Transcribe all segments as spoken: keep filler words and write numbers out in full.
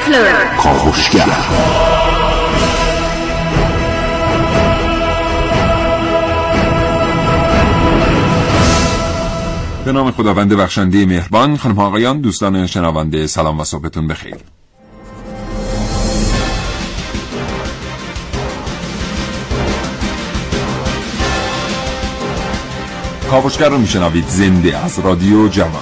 کپلر. کاوشگر. به نام خداوند بخشنده مهربان. خانم ها آقایان، دوستان شنونده، سلام و صبحتون بخیر. کاوشگر رو میشنوید زنده از رادیو جوان.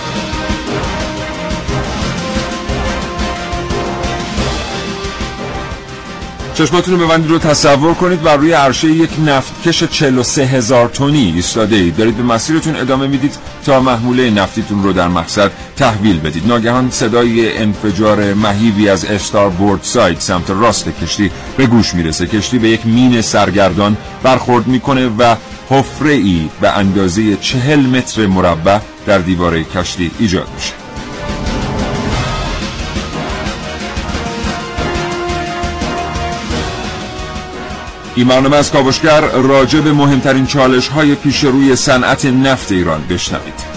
چشماتون رو ببندید رو تصور کنید بر روی عرشه یک نفتکش چهل و سه هزار تنی ایستاده اید. دارید به مسیرتون ادامه میدید تا محموله نفتیتون رو در مقصد تحویل بدید. ناگهان صدای انفجار مهیبی از استاربورد ساید سمت راست کشتی به گوش میرسه. کشتی به یک مین سرگردان برخورد میکنه و حفره ای به اندازه چهل متر مربع در دیواره کشتی ایجاد میشه. این برنامه از کاوشگر راجع به مهمترین چالش های پیش روی صنعت نفت ایران بشنوید.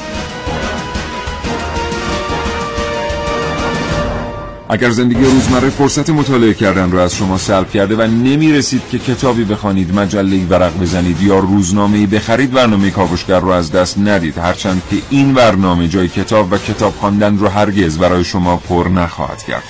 اگر زندگی روزمره فرصت مطالعه کردن رو از شما سلب کرده و نمی رسید که کتابی بخوانید، مجله‌ای ورق بزنید یا روزنامه‌ای بخرید، برنامه کاوشگر رو از دست ندید، هرچند که این برنامه جای کتاب و کتاب خواندن رو هرگز برای شما پر نخواهد کرد.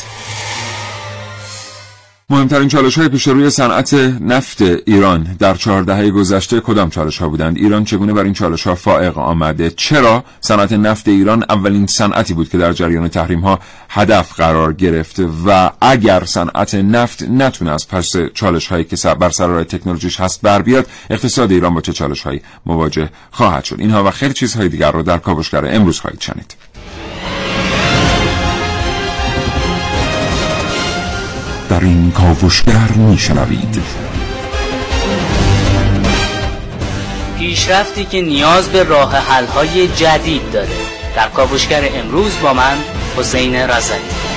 مهمترین چالش‌های پیش روی صنعت نفت ایران در چهار دهه گذشته کدام چالش‌ها بودند؟ ایران چگونه بر این چالش‌ها فائق آمده؟ چرا صنعت نفت ایران اولین صنعتی بود که در جریان تحریم‌ها هدف قرار گرفت؟ و اگر صنعت نفت نتونه از پس چالش‌هایی که بر سر راه تکنولوژیش هست بر بیاد، اقتصاد ایران با چه چالش‌هایی مواجه خواهد شد؟ اینها و خیلی چیزهای دیگر رو در کاوشگر امروز خواهید شنید. در این کاوشگر میشنوید پیشرفتی که نیاز به راه حل‌های جدید داره. در کاوشگر امروز با من حسین رضوی.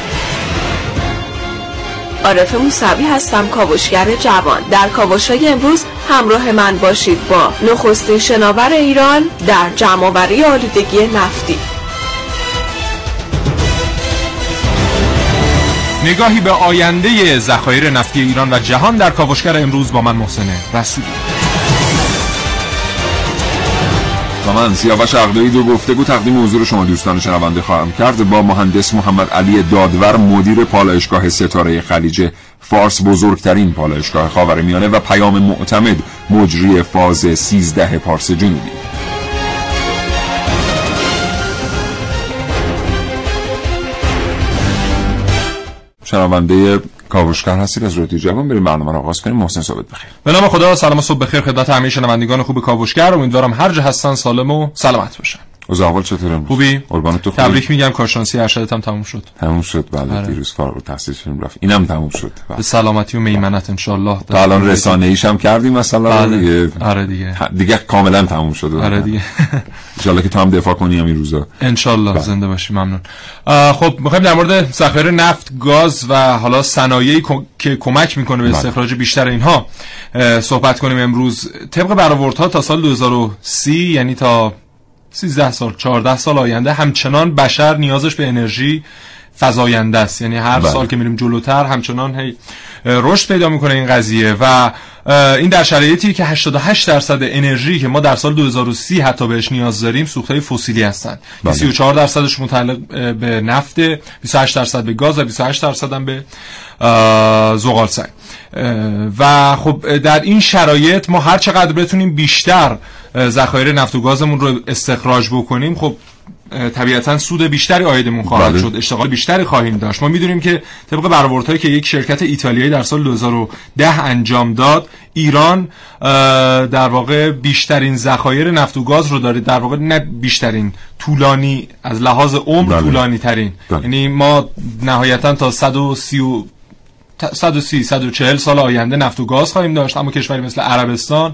عارف موسوی هستم، کاوشگر جوان. در کاوش‌های امروز همراه من باشید با نخستین شناور ایران در جمع‌آوری آلودگی نفتی. نگاهی به آینده ذخایر نفتی ایران و جهان در کاوشگر امروز با من محسن رسولی. و من سیاوش عقدایی دو گفتگو تقدیم حضور شما دوستان شنونده خواهم کرد با مهندس محمد علی دادور، مدیر پالایشگاه ستاره خلیج فارس، بزرگترین پالایشگاه خاورمیانه، و پیام معتمد، مجری فاز سیزده پارس جنوبی. شنونده کاوشگر هستید از رادیو جوان. بریم برنامه رو آغاز کنیم. محسن صبح بخیر. به نام خدا، سلام و صبح بخیر خدمت همه شنوندگان خوب کاوشگر. امیدوارم هر جا هستن سالم و سلامت باشن. اوضاع احوال چطوره؟ خوبی؟ قربان تو. تبریک میگم، کارشناسی ارشدت هم تموم شد. تموم شد بله. آره. دیروز فارغ التحصیل شدیم رفت. اینم تموم شد. به سلامتی و میمنت ان شاء الله. تا الان رسانه ایش هم کردیم مثلا دیگه. آره دیگه. دیگه کاملا تموم شد. آره دیگه. ان شاء الله که تو هم دفاع کنی همین روزا. ان شاء الله زنده باشی. ممنون. خب می‌خوایم در مورد ذخایر نفت، گاز و حالا صنایعی که کمک میکنه به استخراج بیشتر اینها صحبت کنیم امروز. طبق برآوردها تا سال دو هزار و سی، یعنی تا سیزده سال چهارده سال آینده، همچنان بشر نیازش به انرژی فزاینده است. یعنی هر بله. سال که میریم جلوتر همچنان هی رشد پیدا میکنه این قضیه و این در شرایطی که هشتاد و هشت درصد انرژی که ما در سال دو هزار و سی حتی بهش نیاز داریم سوختهای فسیلی هستند. بله. سی و چهار درصدش متعلق به نفت، بیست و هشت درصد به گاز و بیست و هشت درصد هم به زغال سنگ. و خب در این شرایط ما هر چقدر بتونیم بیشتر ذخایر نفت و گازمون رو استخراج بکنیم، خب طبیعتاً سود بیشتری عایدمون خواهد بله. شد، اشتغال بیشتری خواهیم داشت. ما میدونیم که طبق برآوردهایی که یک شرکت ایتالیایی در سال دو هزار و ده انجام داد، ایران در واقع بیشترین ذخایر نفت و گاز رو داره، در واقع نه بیشترین، طولانی از لحاظ عمر بله. طولانی ترین بله. یعنی ما نهایتاً تا صد و سی و صد و سی صد و چهل سال آینده نفت و گاز خواهیم داشت، اما کشوری مثل عربستان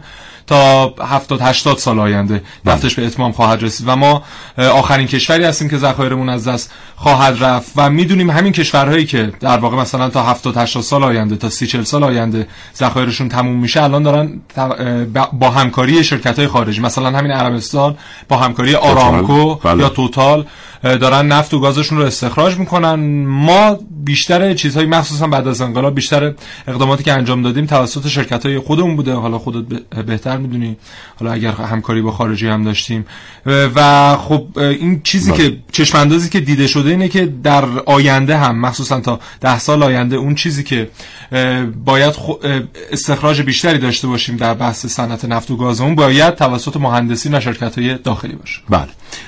تا هفتاد هشتاد سال آینده نفتش به اتمام خواهد رسید و ما آخرین کشوری هستیم که ذخایرمون از دست خواهد رفت و میدونیم همین کشورهایی که در واقع مثلا تا هفتاد هشتاد سال آینده تا سی چهل سال آینده ذخایرشون تموم میشه الان دارن با همکاری شرکت‌های خارجی مثلا همین عربستان با همکاری آرامکو یا توتال دارن نفت و گازشون رو استخراج میکنن. ما بیشتر چیزهای مخصوصا بعد از انقلاب بیشتر اقداماتی که انجام دادیم توسط شرکت‌های خودمون بوده. حالا خودت بهتر میدونی حالا اگر همکاری با خارجی هم داشتیم و خب این چیزی که چشم اندازی که دیده شده اینه که در آینده هم مخصوصا تا ده سال آینده اون چیزی که باید استخراج بیشتری داشته باشیم در بحث صنعت نفت و گازمون باید توسط مهندسین و شرکت‌های داخلی باشه. بله.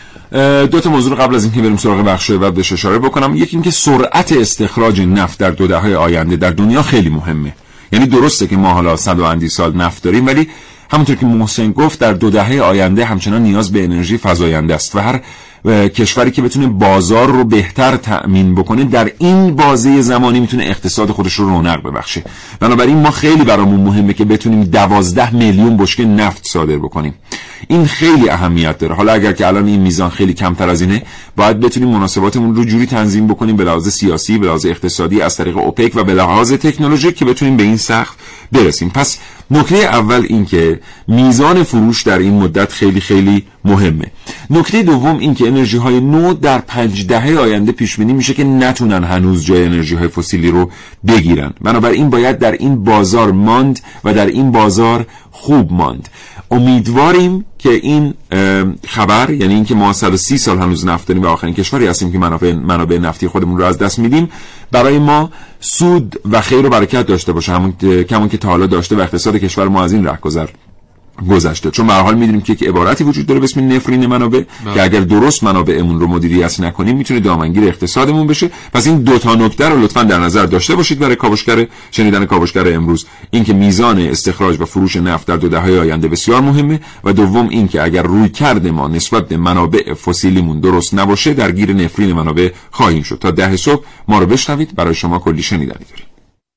دو تا موضوع قبل از اینکه بریم سراغ بخش بعد بهش اشاره بکنم. یکی اینکه سرعت استخراج نفت در دو دهه آینده در دنیا خیلی مهمه. یعنی درسته که ما حالا صد و اندی سال نفت داریم ولی همونطور که محسن گفت در دو دهه آینده همچنان نیاز به انرژی فزاینده است و هر کشوری که بتونه بازار رو بهتر تأمین بکنه در این بازه زمانی میتونه اقتصاد خودش رو رونق ببخشه. بنابراین ما خیلی برامون مهمه که بتونیم دوازده میلیون بشکه نفت صادر بکنیم. این خیلی اهمیت داره. حالا اگر که الان این میزان خیلی کمتر از اینه باید بتونیم مناسباتمون رو جوری تنظیم بکنیم به لحاظ سیاسی، به لحاظ اقتصادی از طریق اوپک و به لحاظ تکنولوژیک که بتونیم به این سقف برسیم. پس نکته اول این که میزان فروش در این مدت خیلی خیلی مهمه. نکته دوم این که انرژی های نو در پنج دهه آینده پیش بینی میشه که نتونن هنوز جای انرژی های فسیلی رو بگیرن. بنابراین باید در این بازار ماند و در این بازار خوب ماند. امیدواریم که این خبر، یعنی این که ما صد و سی سال هنوز نفت داریم و آخرین کشوری هستیم که منابع منابع نفتی خودمون رو از دست میدیم، برای ما سود و خیر و برکت داشته باشه، همون کمون که تا حالا داشته و اقتصاد کشور ما از این رهگذر گذشته. چون به هر حال میدونیم که یک عبارتی وجود داره به اسم نفرین منابع بله. که اگر درست منابعمون رو مدیریت نکنیم میتونه دامنگیر اقتصادمون بشه. پس این دو تا نکته رو لطفاً در نظر داشته باشید برای کاوشگر شنیدن کاوشگر امروز. این که میزان استخراج و فروش نفت در دو دهه آینده بسیار مهمه و دوم این که اگر رویکرد ما نسبت به منابع فسیلیمون درست نباشه درگیر نفرین منابع خواهیم شد. تا ده صبح ما رو بشنوید، برای شما کلی شنیدنی داریم.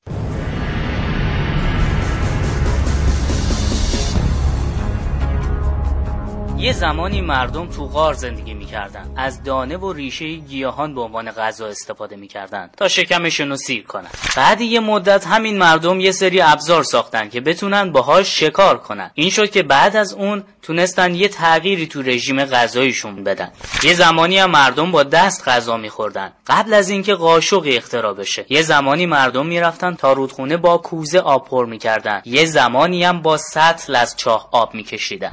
یه زمانی مردم تو غار زندگی میکردن، از دانه و ریشه گیاهان به عنوان غذا استفاده میکردن تا شکمشون رو سیر کنن. بعد یه مدت همین مردم یه سری ابزار ساختن که بتونن باهاش شکار کنن. این شد که بعد از اون تونستن یه تغییری تو رژیم غذاییشون بدن. یه زمانی هم مردم با دست غذا میخوردن قبل از اینکه قاشقی اختراع بشه. یه زمانی مردم میرفتن تا رودخونه با کوزه آب پر میکردن. یه زمانی هم با سطل از چاه آب میکشیدن.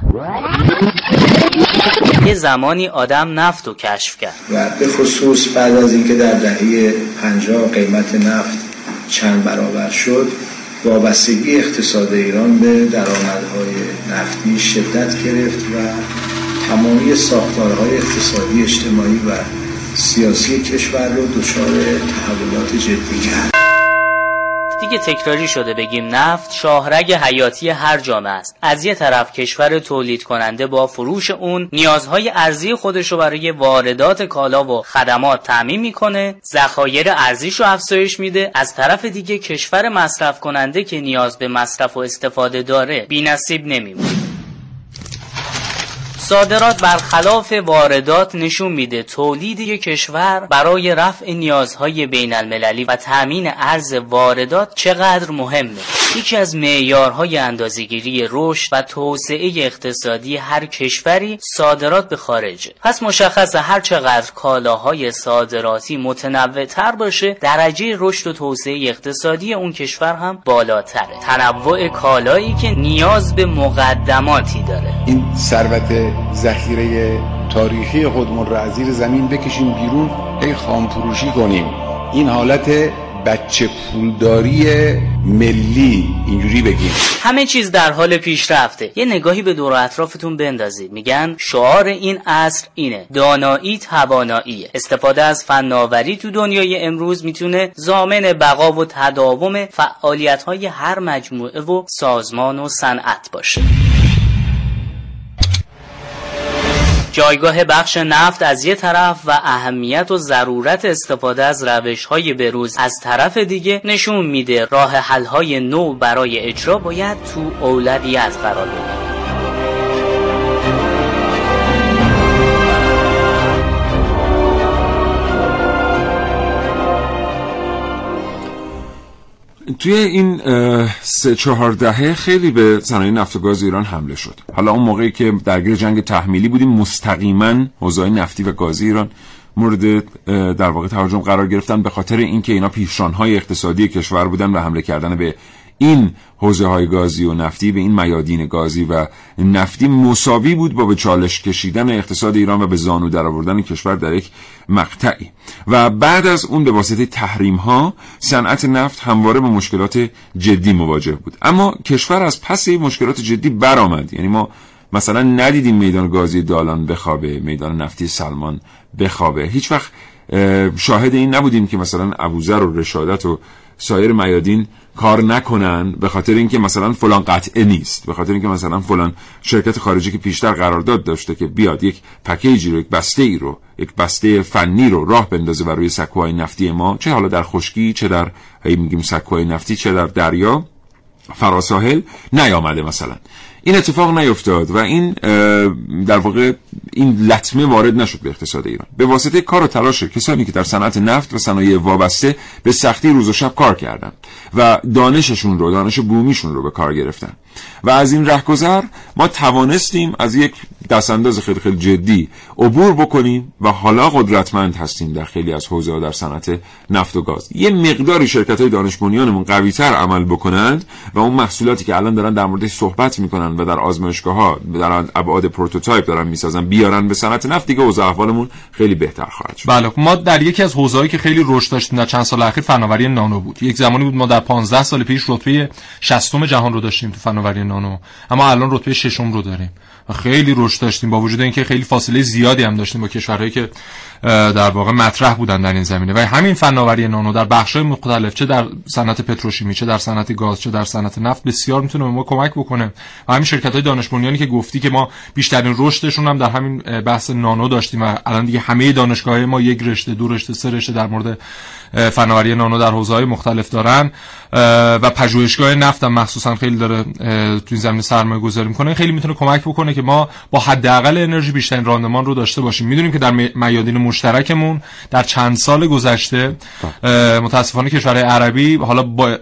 یه زمانی آدم نفت رو کشف کرد و به خصوص بعد از اینکه در دهه پنجاه قیمت نفت چند برابر شد، وابستگی اقتصاد ایران به درآمدهای نفتی شدت گرفت و تمامی ساختارهای اقتصادی، اجتماعی و سیاسی کشور رو دچار تحولات جدی کرد. دیگه تکراری شده بگیم نفت شاهرگ حیاتی هر جامعه است. از یه طرف کشور تولید کننده با فروش اون نیازهای ارزی خودش رو برای واردات کالا و خدمات تامین میکنه، ذخایر ارزیش رو افزایش میده. از طرف دیگه کشور مصرف کننده که نیاز به مصرف و استفاده داره بی‌نصیب نمیمونه. صادرات برخلاف واردات نشون میده تولید یک کشور برای رفع نیازهای بین المللی و تامین ارز واردات چقدر مهمه. یکی از معیارهای اندازه‌گیری رشد و توسعه اقتصادی هر کشوری صادرات به خارجه. پس مشخصه هر چقدر کالاهای صادراتی متنوع‌تر باشه، درجه رشد و توسعه اقتصادی اون کشور هم بالاتره. تنوع کالایی که نیاز به مقدماتی داره. این ثروت ذخیره تاریخی خودمون را از زیر زمین بکشیم بیرون، ای خام فروشی کنیم. این حالت بچه پولداری ملی اینجوری بگیم. همه چیز در حال پیشرفته. یه نگاهی به دور و اطرافتون بندازید. میگن شعار این عصر اینه: دانایی تواناییه. استفاده از فناوری تو دنیای امروز میتونه ضامن بقا و تداوم فعالیت‌های هر مجموعه و سازمان و صنعت باشه. جایگاه بخش نفت از یه طرف و اهمیت و ضرورت استفاده از روش‌های بروز از طرف دیگه نشون میده راه حل‌های نو برای اجرا باید تو اولویت قرار بگیره. توی این سه چهار دهه خیلی به صنایع نفت و گاز ایران حمله شد. حالا اون موقعی که درگیر جنگ تحمیلی بودیم مستقیما حوزه‌های نفتی و گازی ایران مورد در واقع تهاجم قرار گرفتن به خاطر اینکه اینا پیشران‌های اقتصادی کشور بودن و حمله کردن به این حوزه‌های گازی و نفتی، به این میادین گازی و نفتی مساوی بود با به چالش کشیدن اقتصاد ایران و به زانو درآوردن کشور در یک مقطعی. و بعد از اون به واسطه تحریم‌ها صنعت نفت همواره با مشکلات جدی مواجه بود. اما کشور از پس این مشکلات جدی برآمد. یعنی ما مثلا ندیدیم میدان گازی دالان بخوابه، میدان نفتی سلمان بخوابه. هیچ وقت شاهد این نبودیم که مثلا ابوذر و رشادت و سایر میادین کار نکنن به خاطر اینکه مثلا فلان قطعه نیست، به خاطر اینکه مثلا فلان شرکت خارجی که پیشتر قرارداد داشته که بیاد یک پکیجی رو، یک بسته ای رو، یک بسته فنی رو راه بندازه بر روی سکوهای نفتی ما، چه حالا در خشکی، چه در هی میگیم سکوهای نفتی، چه در دریا فراساحل، نیامده مثلا. این اتفاق نیفتاد و این در واقع این لطمه وارد نشد به اقتصاد ایران به واسطه کار و تلاش کسانی که در صنعت نفت و صنایع وابسته به سختی روز و شب کار کردن و دانششون رو، دانش بومیشون رو به کار گرفتن. و از این رهگذر ما توانستیم از یک دستانداز خیلی خیلی جدی عبور بکنیم و حالا قدرتمند هستیم در خیلی از حوزه‌ها در صنعت نفت و گاز. یه مقداری شرکت‌های دانش بنیانمون قوی‌تر عمل بکنند و اون محصولاتی که الان دارن در موردش صحبت میکنن و در آزمایشگاه‌ها در ابعاد پروتوتایپ دارن میسازن بیارن به صنعت نفت، دیگه اوضاع احوالمون خیلی بهتر خواهد شد. بله، ما در یکی از حوزه‌هایی که خیلی رشد داشتیم در چند سال اخیر فناوری نانو بود. یک زمانی بود ما در پانزده سال پیش رتبه شصتم جهان رو داشتیم تو فناوری نانو، اما الان رتبه ششم رو داریم و خیلی رشد داشتیم با وجود اینکه خیلی فاصله زیادی هم داشتیم با کشورهایی که در واقع مطرح بودن در این زمینه. و همین فناوری نانو در بخش‌های مختلف، چه در صنعت پتروشیمی، چه در صنعت گاز، چه در صنعت نفت، بسیار میتونه به ما کمک بکنه. و همین شرکت‌های دانش بنیانی که گفتی که ما بیشترین رشدشون هم در همین بحث نانو داشتیم و الان دیگه همه دانشگاه‌های ما یک رشته، دو رشته، سه رشته در مورد فناوری نانو در حوزه‌های مختلف دارن و پژوهشگاه نفت هم مخصوصا خیلی داره تو این زمینه سرمایه‌گذاری می‌کنه. خیلی میتونه کمک بکنه که ما با حداقل انرژی بیشترین راندمان رو داشته باشیم. میدونیم که در میادین مشترکمون در چند سال گذشته متاسفانه کشورهای عربی حالا با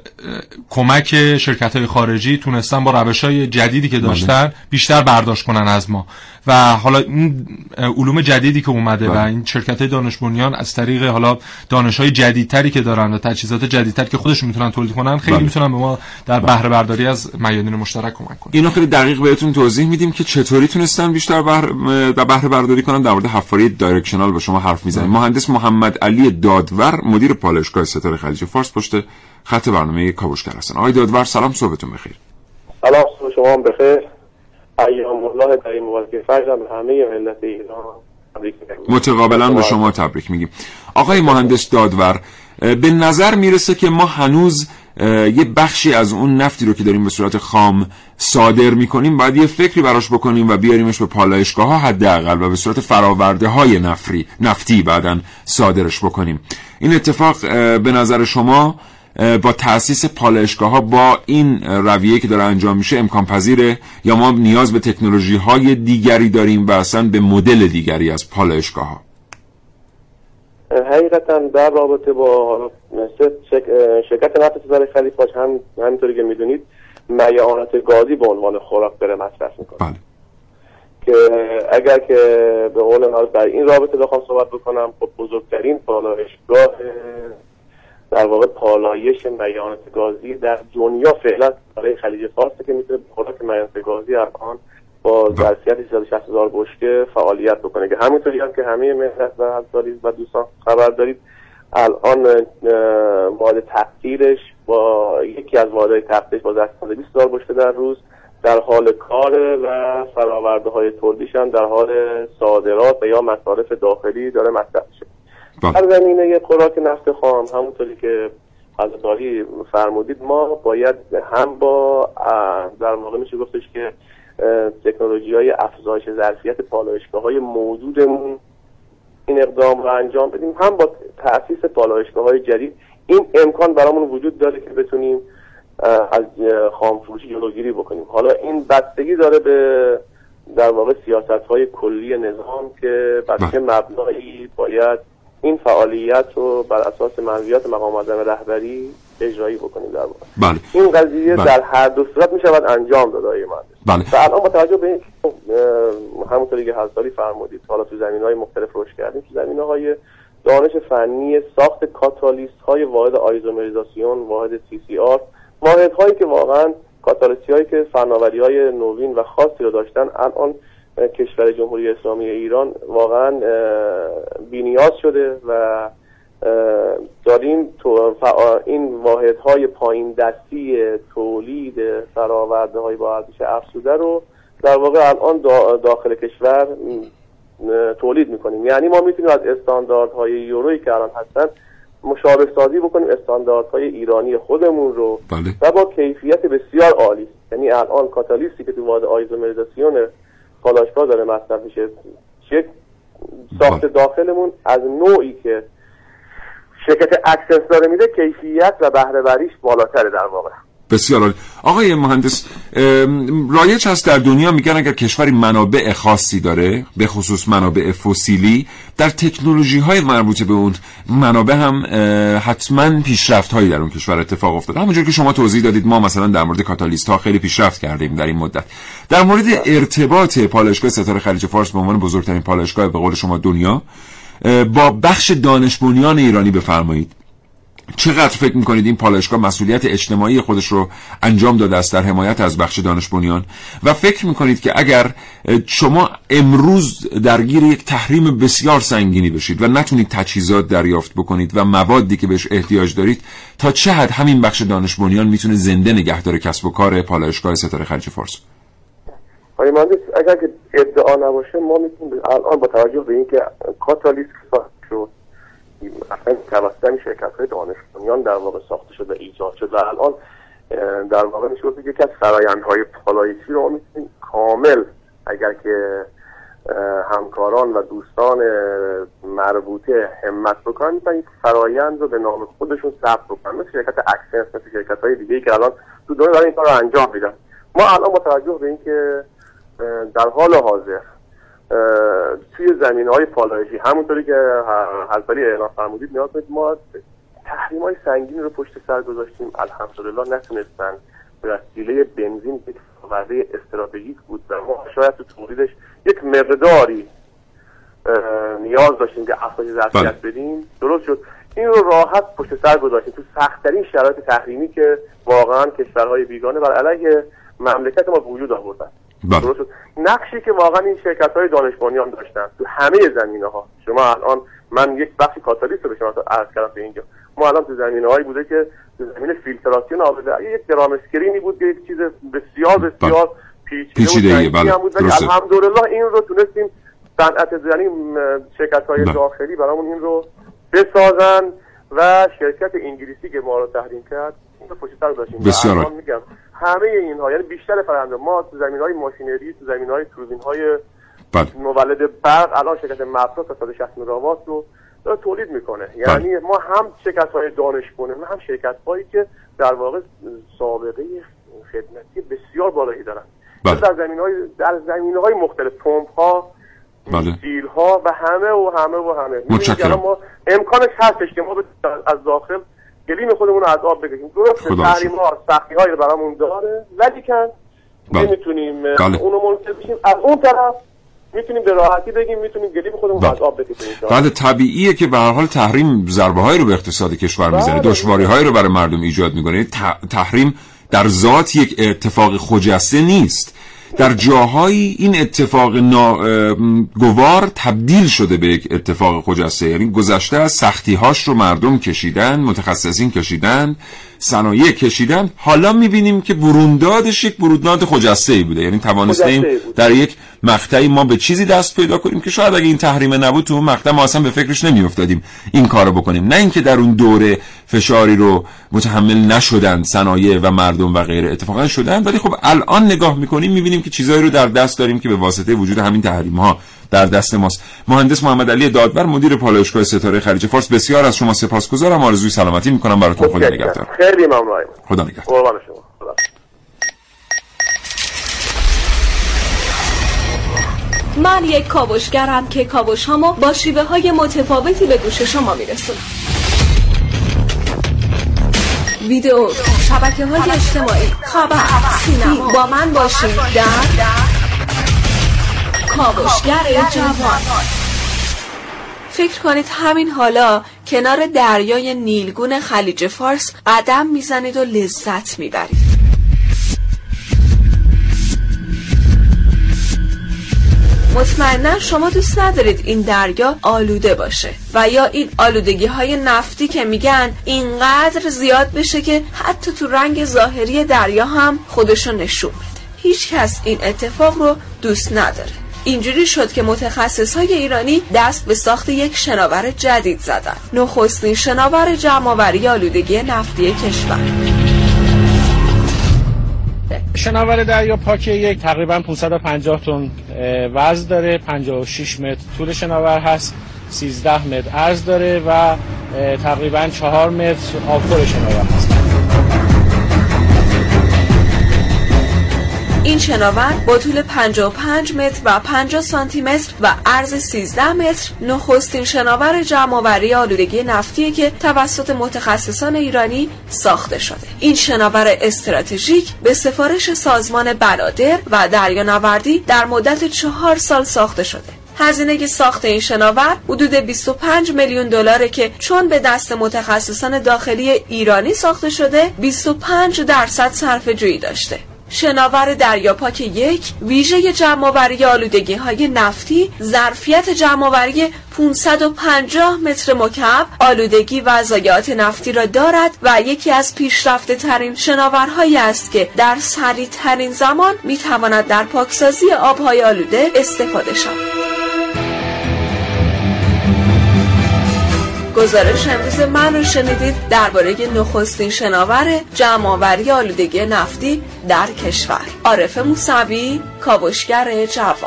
کمک شرکت‌های خارجی تونستن با روش‌های جدیدی که داشتن بیشتر برداشت کنن از ما و حالا این علوم جدیدی که اومده و این شرکت‌های دانش بنیان از طریق حالا دانش‌های جدیدتری که دارن و تجهیزات جدیدتری که خودشون میتونن تولید کنن خیلی بله. میتونن به ما در بهره برداری از میادین مشترک کمک کنن. اینو خیلی دقیق بهتون توضیح میدیم که چطوری تونستن بیشتر بهره بهره برداری کنن. در مورد حفاری دایرکشنال با شما حرف میزنیم. مهندس محمد علی دادور مدیر پالایشگاه ستاره خلیج فارس پشت خط برنامه کاوشگر هستن. آقای دادور سلام، صبحتون بخیر. سلام، صبح شما بخیر. ایام الله در این مبارک فجر به همه ملت ایران تبریک میگم. متقابلا به شما تبریک میگیم. آقای مهندس دادور، به نظر میرسه که ما هنوز یه بخشی از اون نفتی رو که داریم به صورت خام صادر میکنیم باید یه فکری براش بکنیم و بیاریمش به پالایشگاه ها حداقل و به صورت فراورده های نفری نفتی بعدن صادرش بکنیم. این اتفاق به نظر شما با تأسیس پالایشگاه ها با این رویه که داره انجام میشه امکان پذیره یا ما نیاز به تکنولوژی های دیگری داریم و اصلا به مدل دیگری از پالایشگاه ها؟ حقیقتا در رابطه با شرکت نفت ستاره خلیج فارس هم همینطوری که میدونید میعانات گازی به عنوان خوراک داره مصرف میکنه. بله. که اگر که به قول من در این رابطه بخوام صحبت بکنم، خب بزرگترین پالایشگاه در واقع پالایش میعانات گازی در دنیا فعلا برای خلیج فارس که میتونه خوراک میعانات گازی الان با ظرفیت سیصد و شصت هزار بشکه فعالیت بکنه که همینطوری هم که همه ملت و همسایگان و دوستان خبر دارید الان مورد تقدیرش با یکی از واحدهای تقدیرش با ظرفیت بیست هزار بشکه در روز در حال کار و فراورده های تولیدش هم در حال صادرات و یا مصارف داخلی داره مصرف میشه. در زمینه خوراک نفت خام همونطوری که حضرت فرمودید ما باید هم با در واقع میشه گفتش که تکنولوژی های افزایش ظرفیت پالایشگاه های موجودمون این اقدام رو انجام بدیم، هم با تأسیس پالایشگاه های جدید این امکان برامون وجود داره که بتونیم از خامفروشی جلوگیری بکنیم. حالا این بستگی داره به در واقع سیاست های کلی نظام که بر چه مبنایی باید این فعالیت رو بر اساس منویات مقام معظم رهبری اجرایی بکنیم در واقع. بله. این قضیه بله. در هر دو صورت میشه باید انجام داد آقای مهندس. بله. و الان با توجه به این همونطوری که حضرت فرمودید حالا تو زمینه‌های مختلف رشد کردیم، تو زمینه‌های دانش فنی ساخت کاتالیست های واحد آیزومریزاسیون، واحد سی سی آر، واحد هایی که واقعا کاتالیستی هایی که فناوری های نوین و خاصی رو داشتن، الان کشور جمهوری اسلامی ایران واقعا بی‌نیاز شده و داریم تو این واحد های پایین دستی تولید فراورده های با ارزش افزوده رو در واقع الان داخل کشور تولید میکنیم. یعنی ما میتونیم از استانداردهای یورویی که الان هستن مشابه سازی بکنیم استانداردهای ایرانی خودمون رو. بله. و با کیفیت بسیار عالی. یعنی الان کاتالیستی که تو واحد آیزومریزاسیون پالایشگاه داره مصرف میشه، چه ساخت بله. داخلمون از نوعی که شرکت اکسنس داره میده، کیفیت و بهره وریش بالاتره در واقع. بسیار عالی. آقای مهندس، رایج هست در دنیا میگن اگر کشوری منابع خاصی داره، به خصوص منابع فسیلی، در تکنولوژی های مربوط به اون منابع هم حتما پیشرفت هایی در اون کشور اتفاق افتاده. همونجور که شما توضیح دادید ما مثلا در مورد کاتالیست ها خیلی پیشرفت کردیم در این مدت. در مورد ارتباط پالایشگاه ستاره خلیج فارس به عنوان بزرگترین پالایشگاه به قول شما دنیا با بخش دانش بنیان ایرانی بفرمایید. چقدر فکر میکنید این پالایشگاه مسئولیت اجتماعی خودش رو انجام داده است در حمایت از بخش دانش بنیان؟ و فکر میکنید که اگر شما امروز درگیر یک تحریم بسیار سنگینی بشید و نتونید تجهیزات دریافت بکنید و موادی که بهش احتیاج دارید، تا چه حد همین بخش دانش بنیان میتونه زنده نگه داره کسب و کار پالایشگاه ستاره خلیج فارس؟ آقای مهندس، اگر که ادعا نباشه ما میتونیم الان با توجه به اینکه کاتالیست شد اصلا توسط این شرکت‌های دانش بنیان در واقع ساخته شد و ایجاد شد و الان در واقع میشه گفت یکی از فرآیندهای پالایشی رو میتونیم کامل اگر که همکاران و دوستان مربوطه همت بکنن میتونن این فرآیند رو به نام خودشون ثبت بکنن، مثل شرکت اکسنس، مثل شرکت‌های دیگه‌ای که الان تو دنیا دارن این کار رو انجام میدن. ما الان با توجه به اینکه در حال حاضر توی زمینه‌های پالایشی همونطوری که حضرت اعلام فرمودید نیاز دارید، ما تحریم‌های سنگینی رو پشت سر گذاشتیم، الحمدلله نتونستن به وسیله بنزین که وعده استراتژیک بود و ما شاید تو تولیدش یک مقداری نیاز داشتیم که افزایش ظرفیت بدیم، درست شد. این رو راحت پشت سر گذاشتیم تو سخت‌ترین شرایط تحریمی که واقعا کشورهای بیگانه بر علیه مملکت ما وجود آوردن. درست شد. نقشی که واقعا این شرکت‌های دانش بنیان داشتن تو همه زمینه‌ها، شما الان من یک بخش کاتالیست رو به شما عرض کردم به اینجا، ما الان تو زمینه‌هایی بوده که تو زمینه فیلتراسیون آب یک درام اسکرینی بود که یک چیز بسیار بسیار پیچیده بود، بود ولی الحمدلله این رو تونستیم صنعت یعنی شرکت‌های داخلی برامون این رو بسازن و شرکت انگلیسی که ما رو تحریم کرد این رو پشت سر داشتیم. بسیار میگم همه اینها یعنی بیشتر فرآیند ما تو زمینه‌های ماشینری، تو زمینه‌های توربین‌های مولد برق الان شرکت مپسا تا صد و شصت مگاوات رو داره تولید میکنه. یعنی بله. ما هم شرکت‌های دانش بنیان هم شرکت‌هایی که در واقع سابقه خدمتی بسیار بالایی دارن. بله. در زمینه‌های در زمینه‌های مختلف، پمپ‌ها، بله. سیل‌ها و همه و همه و همه. متشکرم. ما امکانش هستش که ما از داخل گلیم خودمون رو از آب بگیریم. درست تحریم‌ها سختی‌هایی رو برامون داره، ولی که نمیتونیم اونو منصف بشیم. از اون طرف میتونیم به راحتی بگیم میتونیم گلیم خودمون از آب بکشیم. بعد طبیعیه که به هر حال تحریم ضربه‌هایی رو به اقتصاد کشور میزنه، دشواری‌هایی رو برای مردم ایجاد میکنه. تحریم در ذات یک اتفاق خجسته نیست. در جاهایی این اتفاق ناگوار تبدیل شده به یک اتفاق خجسته، یعنی گذشته از سختی‌هاش رو مردم کشیدن، متخصصین کشیدن، صنایع کشیدن، حالا می‌بینیم که بروندادش یک برونداد خجسته‌ای بوده، یعنی توانستیم در یک مقطعی ما به چیزی دست پیدا کنیم که شاید اگه این تحریم نبود تو اون مقطع ما اصلا به فکرش نمی‌افتادیم این کارو بکنیم. نه اینکه در اون دوره فشاری رو متحمل نشدن صنایع و مردم و غیره، اتفاقا شدن، ولی خب الان نگاه می‌کنیم می‌بینیم که چیزایی رو در دست داریم که به واسطه وجود همین تحریم‌ها در دست ماست. مهندس محمد علی دادور، مدیر پالایشگاه ستاره خلیج فارس، بسیار از شما سپاسگزارم. آرزوی سلامتی می‌کنم براتون. خدا نگهدار. خیلی ممنونم. خدا نگهدار. قربان شما. خدا. من یک کاوشگرم که کاوش‌هامو با شیوه‌های متفاوتی به گوش شما میرسونم. ویدیو، شبکه‌های اجتماعی، خبر، سینما. با من باشید در کاوشگر جوان. فکر کنید همین حالا کنار دریای نیلگون خلیج فارس قدم میزنید و لذت میبرید. مطمئنا شما دوست ندارید این دریا آلوده باشه و یا این آلودگی های نفتی که میگن اینقدر زیاد بشه که حتی تو رنگ ظاهری دریا هم خودشو نشون بده. هیچ کس این اتفاق رو دوست نداره. اینجوری شد که متخصصهای ایرانی دست به ساخت یک شناور جدید زدن. نخستین شناور جمع‌آوری آلودگی نفتی کشور. شناور دریا پاک یک تقریبا پانصد و پنجاه تن وزن داره، پنجاه و شش متر طول شناور هست، سیزده متر عرض داره و تقریبا چهار متر آبخور شناور هست. این شناور با طول پنجاه و پنج متر و پنجاه سانتی متر و عرض سیزده متر نخستین شناور جمع‌آوری آلودگی نفتی که توسط متخصصان ایرانی ساخته شده. این شناور استراتژیک به سفارش سازمان بنادر و دریانوردی در مدت چهار سال ساخته شده. هزینه ساخت این شناور حدود بیست و پنج میلیون دلاره که چون به دست متخصصان داخلی ایرانی ساخته شده بیست و پنج درصد صرفه‌جویی داشته. شناور دریاپاک یک ویژه جمع‌آوری آلودگی های نفتی، ظرفیت جمع‌آوری پانصد و پنجاه متر مکعب آلودگی و ضایعات نفتی را دارد و یکی از پیشرفته ترین شناورهایی است که در سریع ترین زمان می تواند در پاکسازی آبهای آلوده استفاده شود. گزارش امروز من رو شنیدید درباره نخستین شناور جمع‌آوری آلودگی نفتی در کشور. عارف موسوی، کاوشگر جوان.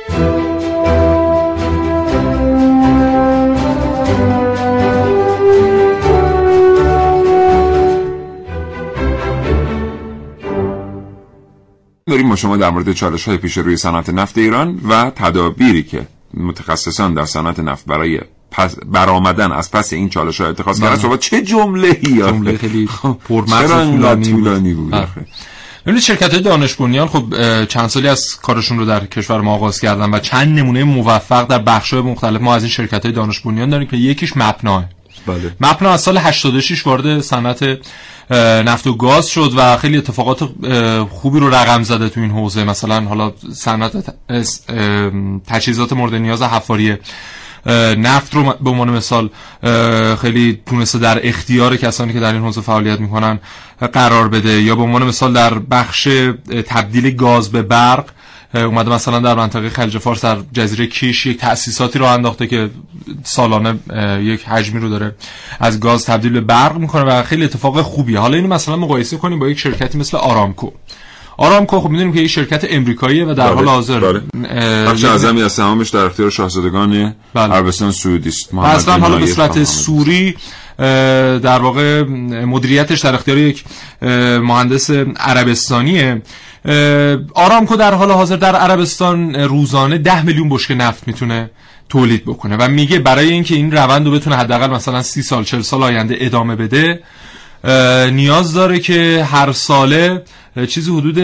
داریم با شما در مورد چالش‌های پیش روی صنعت نفت ایران و تدابیری که متخصصان در صنعت نفت برای پس برآمدن از پس این چالش‌ها اتخاذ کردن صحبت. چه جمله‌ای جمله خیلی پرمغز و طولانی بود. ببینید شرکت‌های دانش بنیان خب چند سالی از کارشون رو در کشور ما آغاز کردن و چند نمونه موفق در بخش‌های مختلف ما از این شرکت‌های دانش بنیان داریم که یکیش مپنا. بله. مپنا از سال هشتاد و شش وارد صنعت نفت و گاز شد و خیلی اتفاقات خوبی رو رقم زده تو این حوزه. مثلا حالا صنعت تجهیزات مورد نیاز حفاری نفت رو به عنوان مثال خیلی تونسته در اختیار کسانی که در این حوزه فعالیت میکنن قرار بده، یا به عنوان مثال در بخش تبدیل گاز به برق اومده مثلا در منطقه خلیج فارس در جزیره کیش یک تأسیساتی رو انداخته که سالانه یک حجمی رو داره از گاز تبدیل به برق میکنه و خیلی اتفاق خوبیه. حالا اینو مثلا مقایسه کنیم با یک شرکتی مثل آرامکو. آرامکو خب میدونیم که یک شرکت امریکاییه و در حال حاضر بخش اعظمی از سهامش در اختیار شاهزادگان عربستان سعودی است. اصلا حالا به صورت سوری در واقع مدیریتش در اختیار یک مهندس عربستانیه. آرامکو در حال حاضر در عربستان روزانه ده میلیون بشکه نفت میتونه تولید بکنه و میگه برای اینکه این روند رو بتونه حداقل مثلا سی سال چهل سال آینده ادامه بده نیاز داره که هر ساله چیزی حدود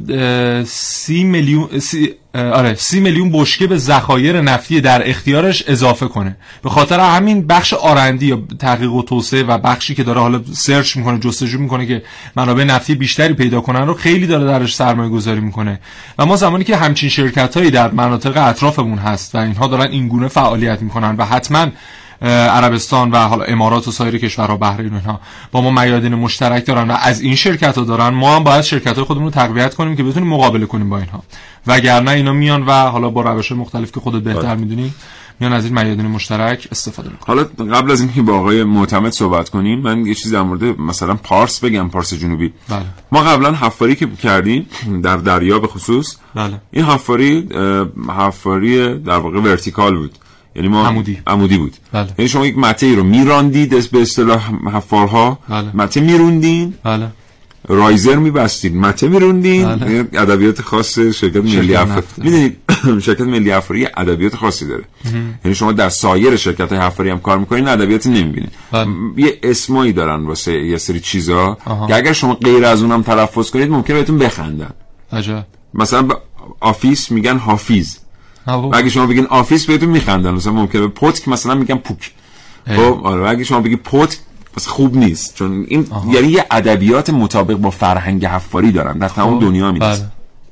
سی میلیون سی آره سی میلیون بشکه به ذخایر نفتی در اختیارش اضافه کنه. به خاطر همین بخش آرندی یا تحقیق و توسعه و بخشی که داره حالا سرچ میکنه، جستجو میکنه که منابع نفتی بیشتری پیدا کنن رو خیلی داره درش سرمایه گذاری میکنه و ما زمانی که همچین شرکتایی در مناطق اطرافمون هست و اینها دارن این گونه فعالیت میکنن و حتما عربستان و حالا امارات و سایر کشورها بحرین و اینها با ما میادین مشترک دارن و از این شرکت‌ها دارن، ما هم باید شرکت‌های خودمون رو تقویت کنیم که بتونیم مقابله کنیم با اینها، وگرنه اینا میان و حالا با روش مختلف که خودت بهتر میدونی میان از این میادین مشترک استفاده میکنن. حالا قبل از اینکه با آقای معتمد صحبت کنیم من یه چیزی در مورد مثلا پارس بگم. پارس جنوبی بله. ما قبلا حفاری که کردیم در دریا به خصوص بله. این حفاری حفاری در واقع ورتیکال بود، یعنی ما عمودی عمودی بود. بله. یعنی شما یک مته رو میراندید به اصطلاح حفارها، بله. مته میروندین بله. رایزر میبستید، مته میروندین. ادبیات خاص شرکت ملی افراری. میدونید شرکت ملی افراری ادبیات خاصی داره، یعنی شما در سایر شرکت‌های افراری هم کار میکنین ادبیاتی نمیبینید. یه اسمایی دارن واسه یه سری چیزا که اگر شما غیر از اونم تلفظ کنید ممکنه بهتون بخندن. عجب. مثلا آفیس میگن حافظ، اگه شما بگین آفیس بهتون میخندن. مثلا ممکنه پتک مثلا میگن پوک. خب آره، اگه شما بگی پتک پس خوب نیست، چون این آها. یعنی یه ادبیات مطابق با فرهنگ حفاری دارن در تمام دنیا میدونن.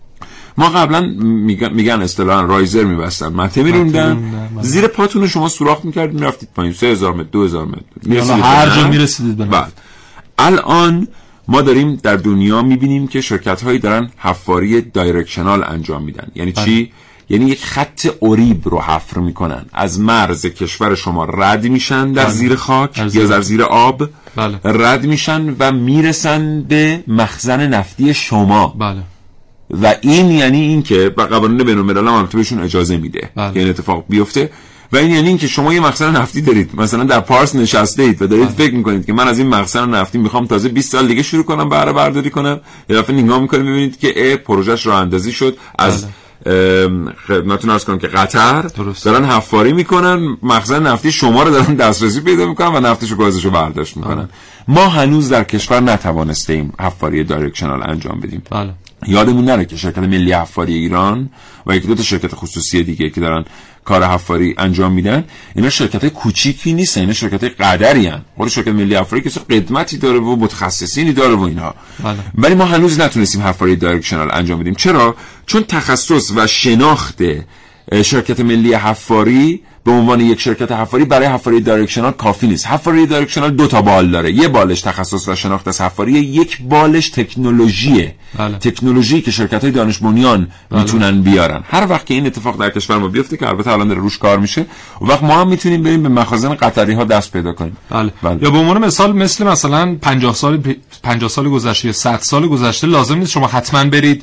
ما قبلا میگن میگن اصطلاحاً رایزر میبستن، مته میروندن، زیر پاتون شما سوراخ میکردید میرفتید پایین سه هزار متر دو هزار متر هر جا میرسیدید. بعد الان ما داریم در دنیا میبینیم که شرکت هایی دارن حفاری دایرکشنال انجام میدن. یعنی بله. چی؟ یعنی یک خط اوریب رو حفر میکنن، از مرز کشور شما رد میشن در بله. زیر خاک یا در زیر آب بله. رد میشن و میرسن به مخزن نفتی شما بله. و این یعنی این که قوانین بین‌الملل هم بهشون اجازه میده بله. که این اتفاق بیفته. و این یعنی این که شما یه مخزن نفتی دارید، مثلا در پارس نشسته اید و دارید بله. فکر میکنید که من از این مخزن نفتی میخوام تازه بیست سال دیگه شروع کنم بهره برداری کنم. یه دفعه نگاه میکنید میبینید که پروژهش راه اندازی شد از بله. خدمتتون عرض کنم که قطر درست. دارن حفاری میکنن، مخزن نفتی شما رو دارن دسترسی پیدا میکنن و نفتش و گازش رو برداشت میکنن. آه. ما هنوز در کشور نتوانسته ایم حفاری دایرکشنال انجام بدیم. بله. یادمون نره که شرکت ملی حفاری ایران و یک دو تا شرکت خصوصی دیگه که دارن کار حفاری انجام میدن، اینا شرکت‌های کوچیکی نیستن، اینا شرکت‌های قدری ان. خود شرکت ملی حفاری که قدمتی داره و متخصصینی داره و اینها. بله. ولی ما هنوز نتونستیم حفاری دایرکشنال انجام بدیم. چرا؟ چون تخصص و شناخت شرکت ملی حفاری به عنوان یک شرکت حفاری برای حفاری دایرکشنال کافی نیست. حفاری دایرکشنال دو تا بال داره، یه بالش تخصص و شناخت از حفاری، یک بالش تکنولوژیه. بله. تکنولوژی که شرکت‌های دانش بنیان بله. میتونن بیارن. هر وقت که این اتفاق در کشور ما بیفته که البته الان داره روش کار میشه، اون وقت ما هم میتونیم بریم به مخازن قطری‌ها دست پیدا کنیم. بله. بله. یا به عنوان مثال مثل مثلا پنجاه سال پنجاه سال گذشته یا صد سال گذشته لازم نیست شما حتما برید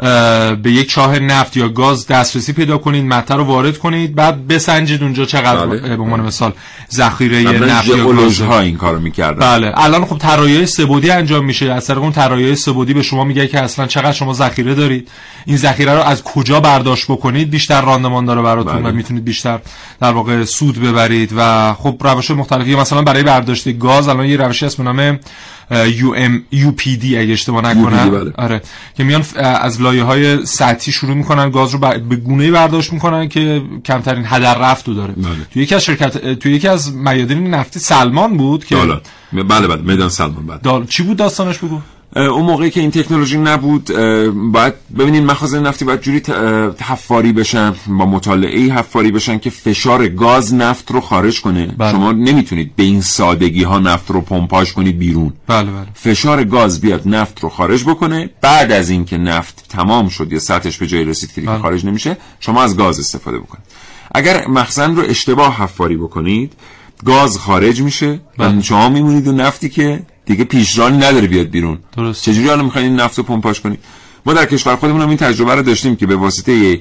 به یک چاه نفت یا گاز دسترسی پیدا کنید، مته رو وارد کنید، بعد بسنجید اونجا چقدر بله. به عنوان مثال ذخیره نفت یا گاز ها این کارو می‌کردن. بله. الان خب طراحی سه‌بعدی انجام میشه، از طریق اون طراحی سه‌بعدی به شما میگه که اصلا چقدر شما ذخیره دارید، این ذخیره رو از کجا برداشت بکنید بیشتر راندمان داره براتون بله. و میتونید بیشتر در واقع سود ببرید. و خب روش مختلفی مثلا برای برداشت گاز الان یه روشی هست به نام یو ام یو پی دی اگه اشتباه نکنم بله. آره که میان از لایه‌های سطحی شروع میکنن گاز رو به گونه‌ای برداشت میکنن که کمترین هدر رفت رو داره. بله. تو یکی از شرکت تو یکی از میادین نفتی سلمان بود که بله بله بله میدان سلمان بله. دال... چی بود داستانش بگو؟ اون موقعی که این تکنولوژی نبود باید ببینید مخازن نفتی باید جوری حفاری بشن، با مطالعه‌ای حفاری بشن که فشار گاز نفت رو خارج کنه. بله. شما نمیتونید به این سادگی ها نفت رو پمپاژ کنید بیرون. بله بله. فشار گاز بیاد نفت رو خارج بکنه، بعد از اینکه نفت تمام شد یا سطحش به جای رسید که دیگه بله. خارج نمیشه، شما از گاز استفاده بکنید. اگر مخزن رو اشتباه حفاری بکنید گاز خارج میشه بله. و شما میمونید و نفتی که دیگه پیشرانی نداره بیاد بیرون. درست. چجوری حالا میخواین این نفت رو پمپاژ کنید؟ ما در کشور خودمون هم این تجربه رو داشتیم که به واسطه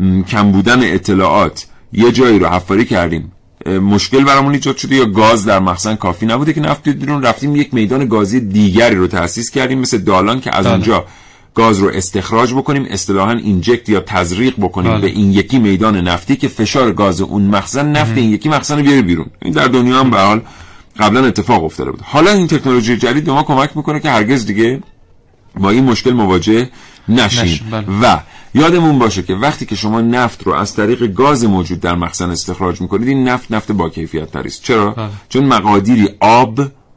کم بودن اطلاعات یه جایی رو حفاری کردیم، مشکل برامون ایجاد شده یا گاز در مخزن کافی نبوده که نفت بیاد بیرون، رفتیم یک میدان گازی دیگری رو تأسیس کردیم مثل دالان که از اونجا گاز رو استخراج بکنیم، اصطلاحاً اینجکت یا تزریق بکنیم بله. به این یکی میدان نفتی که فشار گاز اون مخزن نفت این یکی مخزن رو بیاره بیرون. این در دنیا هم به حال قبلا اتفاق افتاده بود. حالا این تکنولوژی جدید به ما کمک میکنه که هرگز دیگه با این مشکل مواجه نشیم. نشیم بله. و یادمون باشه که وقتی که شما نفت رو از طریق گاز موجود در مخزن استخراج میکنید این نفت نفت با کیفیت تری است. چرا؟ بله. چون مقادیری آب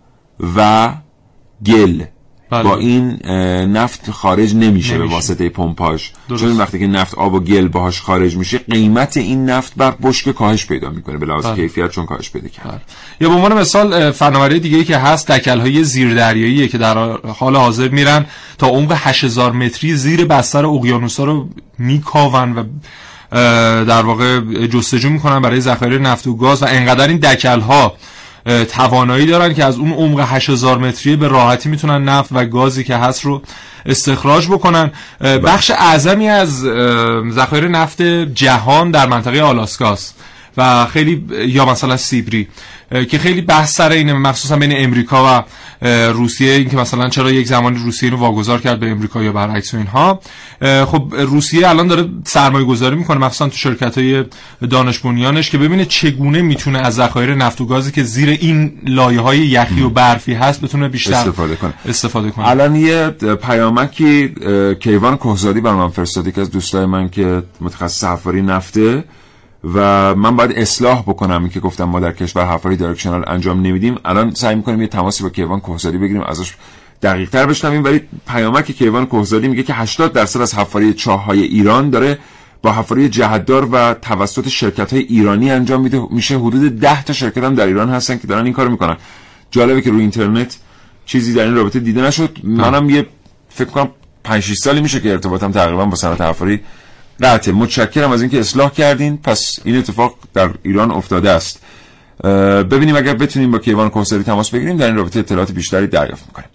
و گل بله. با این نفت خارج نمیشه, نمیشه. به واسطه پمپاژ. چون وقتی که نفت آب و گل باهاش خارج میشه قیمت این نفت بر بشکه کاهش پیدا میکنه به لحاظ کیفیت چون کاهش پیدا کرده. یا به عنوان مثال فناوری دیگه‌ای که هست دکل‌های زیردریاییه که در حال حاضر میرن تا عمق هشت هزار متری زیر بستر اقیانوس‌ها رو میکاون و در واقع جستجو میکنن برای ذخایر نفت و گاز و انقدر این دکل‌ها توانایی دارن که از اون عمق هشت هزار متری به راحتی میتونن نفت و گازی که هست رو استخراج بکنن. بخش اعظمی از ذخایر نفت جهان در منطقه آلاسکاست و خیلی یا مثلا سیبری که خیلی بحث سر اینه، مخصوصا بین امریکا و روسیه، این که مثلا چرا یک زمانی روسیه رو واگذار کرد به امریکا یا برعکس و اینها. خب روسیه الان داره سرمایه گذاری میکنه مخصوصا تو شرکت‌های دانش بنیانش که ببینه چگونه میتونه از ذخایر نفت و گازی که زیر این لایه‌های یخی و برفی هست بتونه بیشتر استفاده کنه. استفاده کنه. الان یه پیامکی کیوان کهزادی برام من فرستاد که از دوستای من که متخصص حفاری نفته و من باید اصلاح بکنم که گفتم ما در کشور حفاری دایرکشنال انجام نمیدیم. الان سعی می‌کنیم یه تماسی با کیوان کهزادی بگیریم ازش دقیق‌تر بشنویم، ولی پیامک کیوان کهزادی میگه که هشتاد درصد از حفاری چاه‌های ایران داره با حفاری جهتدار و توسط شرکت‌های ایرانی انجام میده. میشه حدود ده تا شرکت هم در ایران هستن که دارن این کارو میکنن. جالبه که روی اینترنت چیزی در این رابطه دیده نشد. منم یه فکر کنم پنج شش سالی میشه که ارتباطم تقریبا با صنعت حفاری قطعه. متشکرم از اینکه اصلاح کردین. پس این اتفاق در ایران افتاده است. ببینیم اگر بتونیم با کیوان کهزادی تماس بگیریم در این رابطه اطلاعات بیشتری دریافت میکنیم.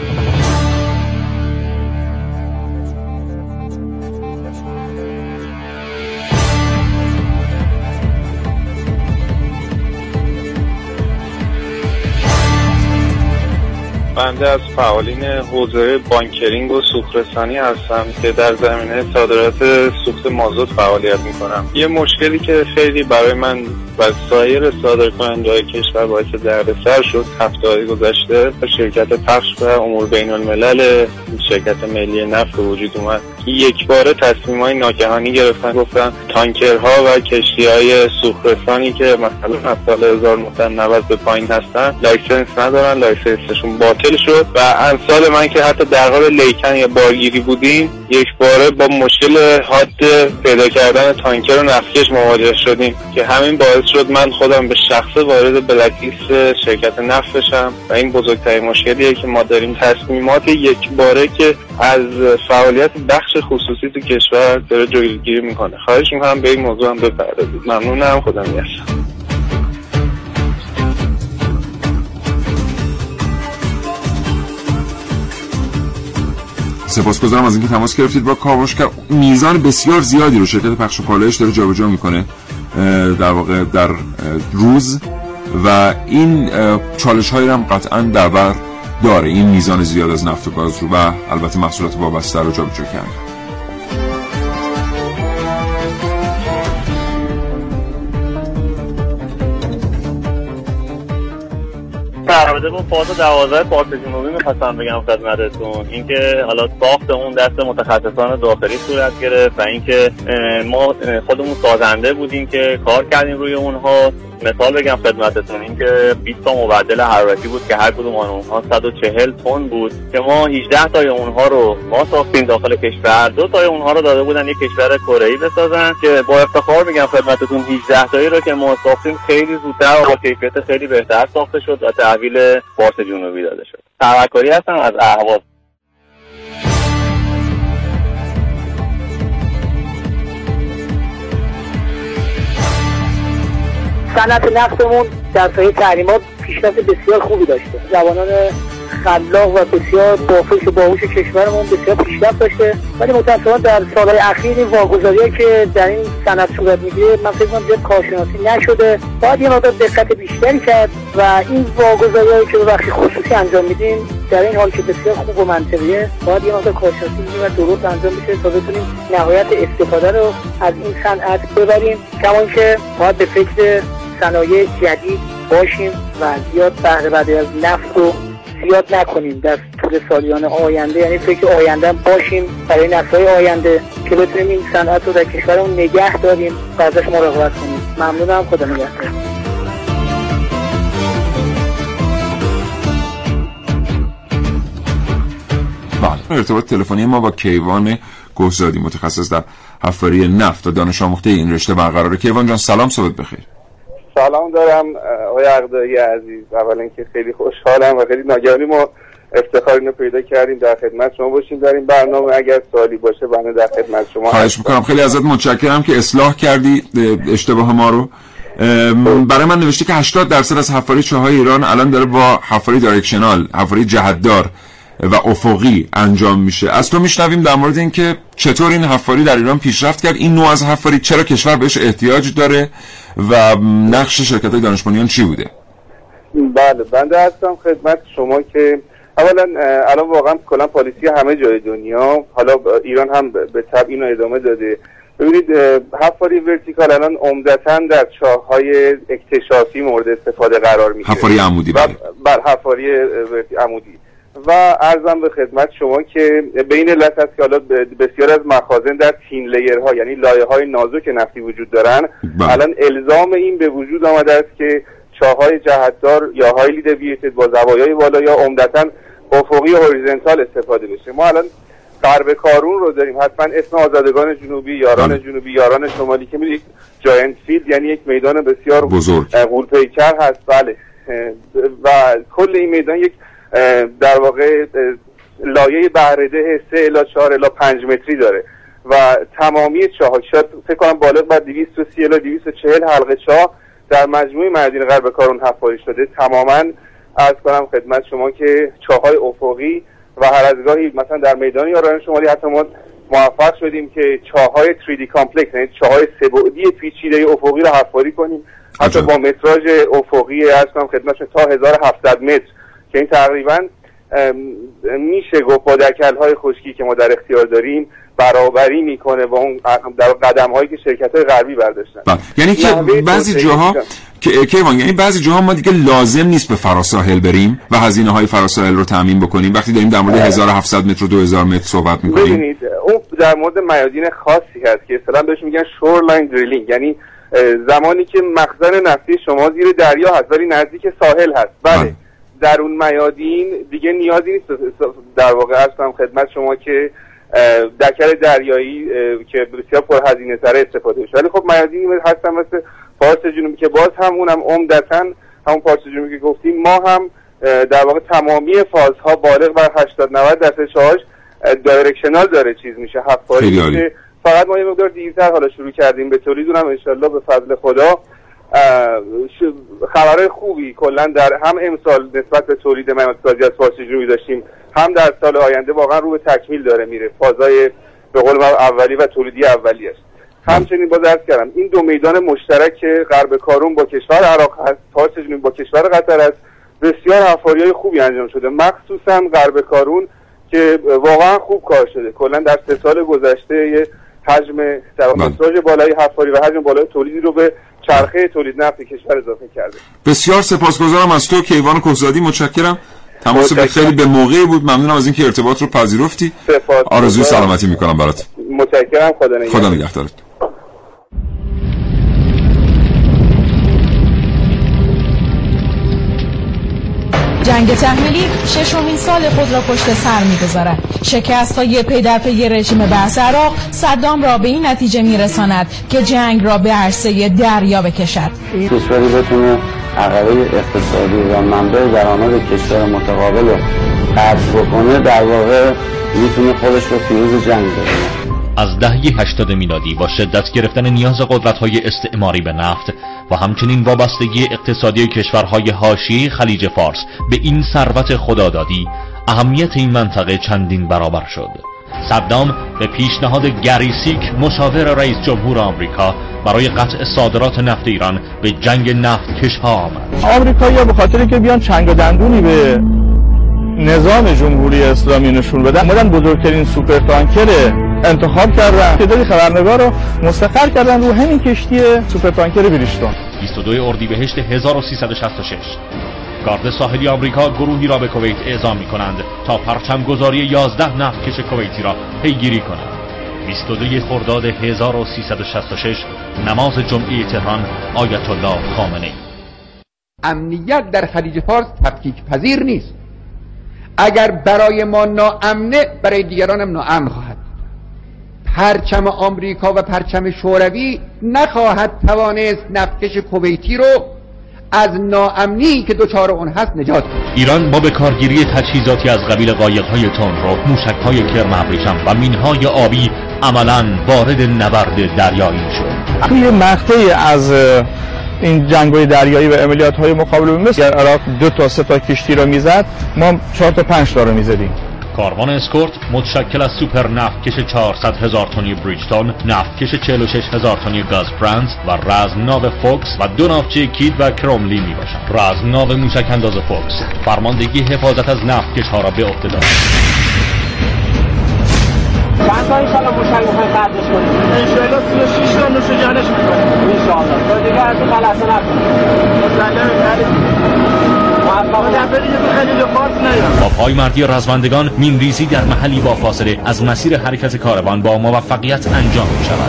بنده از فعالین حوزه بانکرینگ و سوخت‌رسانی هستم که در زمینه صادرات سوخت مازوت فعالیت میکنم. یه مشکلی که خیلی برای من و سایر صادرکننده‌های کشور باعث دردسر شد هفته‌های گذشته با شرکت پخش و امور بین الملل شرکت ملی نفت وجود اومد که یک باره تصمیم‌های ناگهانی گرفتن، گفتن تانکرها و کشتی‌های سوخت‌رسانی که مثلا از سال هزار و نهصد و نود به پایین هستن لایسنس ندارن، لایسنسشون باطل شد و امثال من که حتی در حال لیکن یا بارگیری بودیم یک باره با مشکل حاد پیدا کردن تانکر و نفتکش مواجه شدیم که همین باعث شد من خودم به شخصه وارد بلک لیست شرکت نفت بشم و این بزرگترین مشکلیه که ما داریم. تصمیمات یک باره که از فعالیت بخش خصوصی تو کشور داره جلوگیری میکنه. خواهش میکنم به این موضوع هم بپردازید. ممنونم. خدا نگهدار. سپاسگزارم از اینکه تماس گرفتید با کاوشگر. میزان بسیار زیادی رو شرکت پخش و پالایش داره جابجا میکنه در واقع در روز و این چالش هایی هم قطعا در بر داره. این میزان زیاد از نفت و گاز رو و البته محصولات وابسته رو جابجا کرده. در با فاز دوازده پارس جنوبی میخواستم بگم خدمتتون اینکه حالا ساخت اون دست متخصصان داخلی صورت گرفت و اینکه ما خودمون سازنده بودیم که کار کردیم روی اونها. مثال بگم خدمتتون اینکه بیست تا مبدل حرارتی بود که هر کدوم از اونها صد و چهل تن بود که ما هجده تای اونها رو ما ساختیم داخل کشور، دو تای اونها رو داده بودن یک کشور کره‌ای بسازن که با افتخار میگم خدمتتون هجده تایی رو که ما ساختیم خیلی زودتر و با کیفیت خیلی بهتر ساخته شد و تحویل فارس جنوبی داده شد. توکلی هستم از اهواز. صنعت نفتمون در سایه تحریمات پیشرفت بسیار خوبی داشته. جوانان خلاق و بسیار باهوش و باهوش کشورمون بسیار پیشرفت داشته، ولی متأسفانه در سالهای اخیر این واگذاری‌هایی که در این صنعت صورت میگیره من فکر می‌کنم زیاد کارشناسی نشده. باید یه مقدار دقت بیشتری کرد و این واگذاری‌هایی که به بخش خصوصی انجام میدیم در این حال که بسیار خوب و منطقیه باید یه مقدار کارشناسی بدیم و درست انجام بشه تا بتونیم نهایت استفاده رو از این صنعت ببریم. کما اینکه باید به فکر صنایع جدید باشیم و زیاد بهره برداری از نفت رو زیاد نکنیم در طول سالیان آینده، یعنی فکر آینده باشیم برای نسل‌های آینده که بتونیم این صنعت رو در کشورمون نگه داریم و ازش مراقبت کنیم. ممنونم. خدا نگهدار. بله، ارتباط تلفنی ما با کیوان کهزادی متخصص در حفاری نفت و دانش آموخته این رشته برقراره. کیوان جان سلام، صبح بخیر. سلام دارم آقای عقدایی عزیز. اولا اینکه خیلی خوشحالم و خیلی ناگهانی ما افتخار اینو پیدا کردیم در خدمت شما باشیم در این برنامه. اگر سوالی باشه بنده در خدمت شما. خواهش میکنم. خیلی ازت متشکرم که اصلاح کردی اشتباه ما رو. برای من نوشته که هشتاد درصد از حفاری چاهای ایران الان داره با حفاری دایرکشنال، حفاری جهتدار و افقی انجام میشه. از تو میشنویم در مورد اینکه چطور این حفاری در ایران پیشرفت کرد، این نوع از حفاری چرا کشور بهش احتیاج داره و نقش شرکت‌های دانش بنیان چی بوده. بله، بنده هستم خدمت شما که اولا الان واقعا کلا پالیسی همه جای دنیا، حالا ایران هم به تبع اینو ادامه داده. ببینید حفاری ورتیکال الان عمدتاً در چاه‌های اکتشافی مورد استفاده قرار میگیره. حفاری عمودی. بله بر حفاری عمودی. و عرضم به خدمت شما که به این علت است که حالا بسیار از مخازن در تین لیرها، یعنی لایه‌های نازک نفتی وجود دارن. بله. الان الزام این به وجود آمده است که چاه‌های جهتدار یا هایلی دیوییتد با زوایای بالا یا عمدتاً افقی هوریزونتال استفاده بشه. ما الان غرب کارون رو داریم، حتما اسم آزادگان جنوبی، یاران جنوبی، یاران شمالی که می‌دونید جاینت فیلد یعنی یک میدان بسیار بزرگ غول‌پیکر هست. بله، و کل این میدان یک در واقع لایه بهره‌ده سه الی چهار الی پنج متری داره و تمامی چاه‌ها شاید فکر کنم بالغ بر دویست و سی الی دویست و چهل حلقه چاه در مجموعه میادین غرب کارون حفاری شده. تماماً عرض کنم خدمت شما که چاه‌های افقی و هر از گاهی مثلا در میدان یاران شمالی حتی ما موفق شدیم که چاه‌های تری دی کامپلکس، یعنی چاه‌های سه‌بعدی پیچیده افقی رو حفاری کنیم، حتی با متراژ افقی عرض کنم خدمت تا هزار و هفتصد متر که این تقریباً میشه گفت با دکل‌های خشکی که ما در اختیار داریم برابری میکنه با اون در قدم‌هایی که شرکت‌های غربی برداشتن. یعنی که بعضی جاها که کیوان، یعنی بعضی جاها ما دیگه لازم نیست به فراساحل بریم و هزینه‌های فراساحل رو تامین بکنیم وقتی داریم در مورد هزار و هفتصد متر و دو هزار متر صحبت می‌کنیم. ببینید اون در مورد میادین خاصی هست که اصطلاحاً بهش میگن شورلاین دریلینگ، یعنی زمانی که مخزن نفتی شما زیر دریا هست ولی نزدیک ساحل هست. بله، در اون میادین دیگه نیازی نیست در واقع هستم خدمت شما که دکل دریایی که بسیار پرهزینه تر استفاده بشه. ولی خب میادینی هستن مثل پارس جنوبی که باز هم اونم عمدتاً همون پارس جنوبی که گفتیم ما هم در واقع تمامی فازها بالغ بر هشتاد نود درصد چاهاش دایرکشنال داره چیز میشه حفاری میشه. فقط ما یه مقدار دیرتر حالا شروع کردیم به تولید، اونم انشالله به فضل خدا خبرهای خوبی کلا در هم امسال نسبت به تولید مهندسازی از فارس جنوبی داشتیم، هم در سال آینده واقعا رو به تکمیل داره میره. فازای به قول من اولی و تولیدی اولی است. همچنین باز عرض کردم این دو میدان مشترک غرب کارون با کشور عراق هست، فارس جنوبی با کشور قطر است، بسیار حفاری‌های خوبی انجام شده، مخصوصا غرب کارون که واقعا خوب کار شده. کلا در سه سال گذشته یه حجم در واقع بالای حفاری و حجم بالای تولیدی رو به چرخه تولید نفت کشور اضافه کرده. بسیار سپاسگزارم از تو کیوان کهزادی، متشکرم. تماس به خیلی به موقعی بود. ممنونم از اینکه ارتباط رو پذیرفتی. آرزوی سلامتی میکنم برات. متشکرم. خدا نگهدار. خدا نگهدارت. جنگ تحمیلی ششمین سال خود را پشت سر می‌گذارد. شکست‌های پی در پی رژیم بعث عراق صدام را به این نتیجه می‌رساند که جنگ را به عرصه دریا بکشد. کشوری بتونه عقبه اقتصادی و منبع درآمد کشور متقابل رو قطع بکنه، در واقع میتونه خودش رو پیروز جنگ بکنه. از دهه هشتاد میلادی با شدت گرفتن نیاز قدرت‌های استعماری به نفت و همچنین وابستگی اقتصادی کشورهای حاشیه خلیج فارس به این ثروت خدادادی، اهمیت این منطقه چندین برابر شد. صدام به پیشنهاد گری سیک مشاور رئیس جمهور آمریکا برای قطع صادرات نفت ایران به جنگ نفت کشها آمد. آمریکایی‌ها به خاطر اینکه بیان چنگ و دندونی به نظام جمهوری اسلامی نشون بدن، اومدن بزرگترین سوپر تانکر انتخاب کردن. تعدادی خبرنگار رو مستقر کردن رو همین کشتی سوپر تانکر بریشتون. بیست و دوم اردیبهشت هزار و سیصد و شصت و شش گارد ساحلی آمریکا گروهی را به کویت اعزام می‌کنند تا پرچم گذاری یازده نفتکش کویتی را پیگیری کنند. بیست و دوم خرداد هزار و سیصد و شصت و شش نماز جمعه تهران آیت الله خامنه‌ای. امنیت در خلیج فارس تفکیک پذیر نیست. اگر برای ما ناامنه، برای دیگران هم ناامن خواهد. پرچم آمریکا و پرچم شوروی نخواهد توانست نفتکش کویتی رو از ناامنی که دچار اون هست نجات بده. ایران با به کارگیری تجهیزاتی از قبیل قایق‌های تندرو، موشک‌های کرم ابریشم و مین‌های آبی عملاً وارد نبرد دریایی شد. توی مقطعی از این جنگ‌های دریایی و عملیات‌های مقابله به مصر، عراق دو تا سه تا کشتی رو میزد، ما چهار تا پنج تا رو میزدیم. کاروان اسکورت متشکل از سوپر نفتکش چهارصد هزار تنی بریجتون، نفتکش چهل و شش هزار تنی گاز برانز و رزمناو فوکس و دو ناوچه کید و کروملی می باشند. رزمناو موشک انداز فوکس فرماندگی حفاظت از نفتکش ها را به عهده دارد. چند تا اینشالا موشک میخوایم خرجش کنیم؟ اینشالا سی و شیش تا نوش جانش میکنیم اینشالا تا دیگه از این خلاصه نکنیم مسلمه خرید با پایمردی رزمندگان مینریزی در محلی با فاصله از مسیر حرکت کاروان با موفقیت انجام می شود.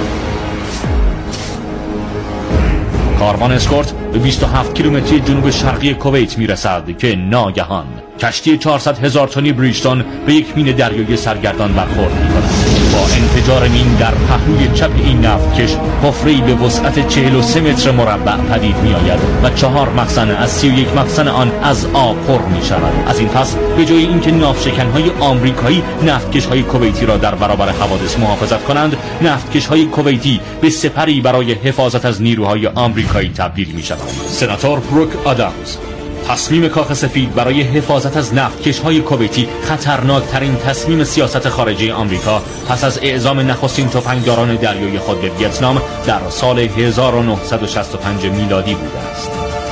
کاروان اسکورت به بیست و هفت کیلومتری جنوب شرقی کویت می رسد که ناگهان کشتی چهارصد هزار تنی بریجتون به یک مین دریایی سرگردان برخورد می کند. با انفجار مین در پهلوی چپ این نفتکش حفره‌ای به وسعت چهل و سه متر مربع پدید می آید و چهار مخزن از سی و یک مخزن آن از آب پر می شود. از این پس به جای اینکه ناوشکن‌های آمریکایی نفتکش‌های کویتی را در برابر حوادث محافظت کنند، نفتکش‌های کویتی به سپری برای حفاظت از نیروهای آمریکایی تبدیل می شود. سناتور بروک آدامز: تصمیم کاخ سفید برای حفاظت از نفتکش‌های کویتی خطرناکترین تصمیم سیاست خارجی آمریکا پس از اعزام نخستین تفنگداران دریایی خود به ویتنام در سال هزار و نهصد و شصت و پنج میلادی بوده است.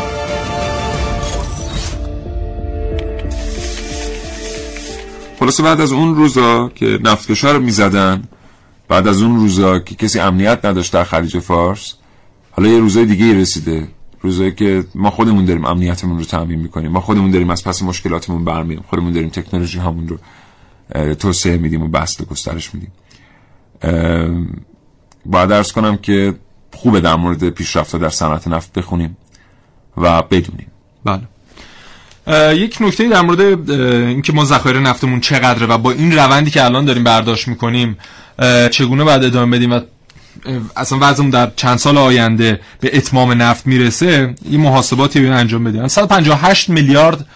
خلاصه بعد از اون روزا که نفتکش‌ها رو می‌زدن، بعد از اون روزا که کسی امنیت نداشت در خلیج فارس، حالا یه روزای دیگه رسیده، روزایی که ما خودمون داریم امنیتمون رو تامین میکنیم، ما خودمون داریم از پس مشکلاتمون برمیایم، خودمون داریم تکنولوژی همون رو توسعه میدیم و بسط و گسترش میدیم. باید عرض کنم که خوبه در مورد پیشرفت‌ها در صنعت نفت بخونیم و بدونیم. بله. یک نکته در مورد اینکه ما ذخایر نفتمون چقدره و با این روندی که الان داریم برداشت میکنیم چگونه باید ادامه بدیم و اصلا وضعمون در چند سال آینده به اتمام نفت میرسه، این محاسباتی رو انجام بدیم. صد و پنجاه و هشت میلیارد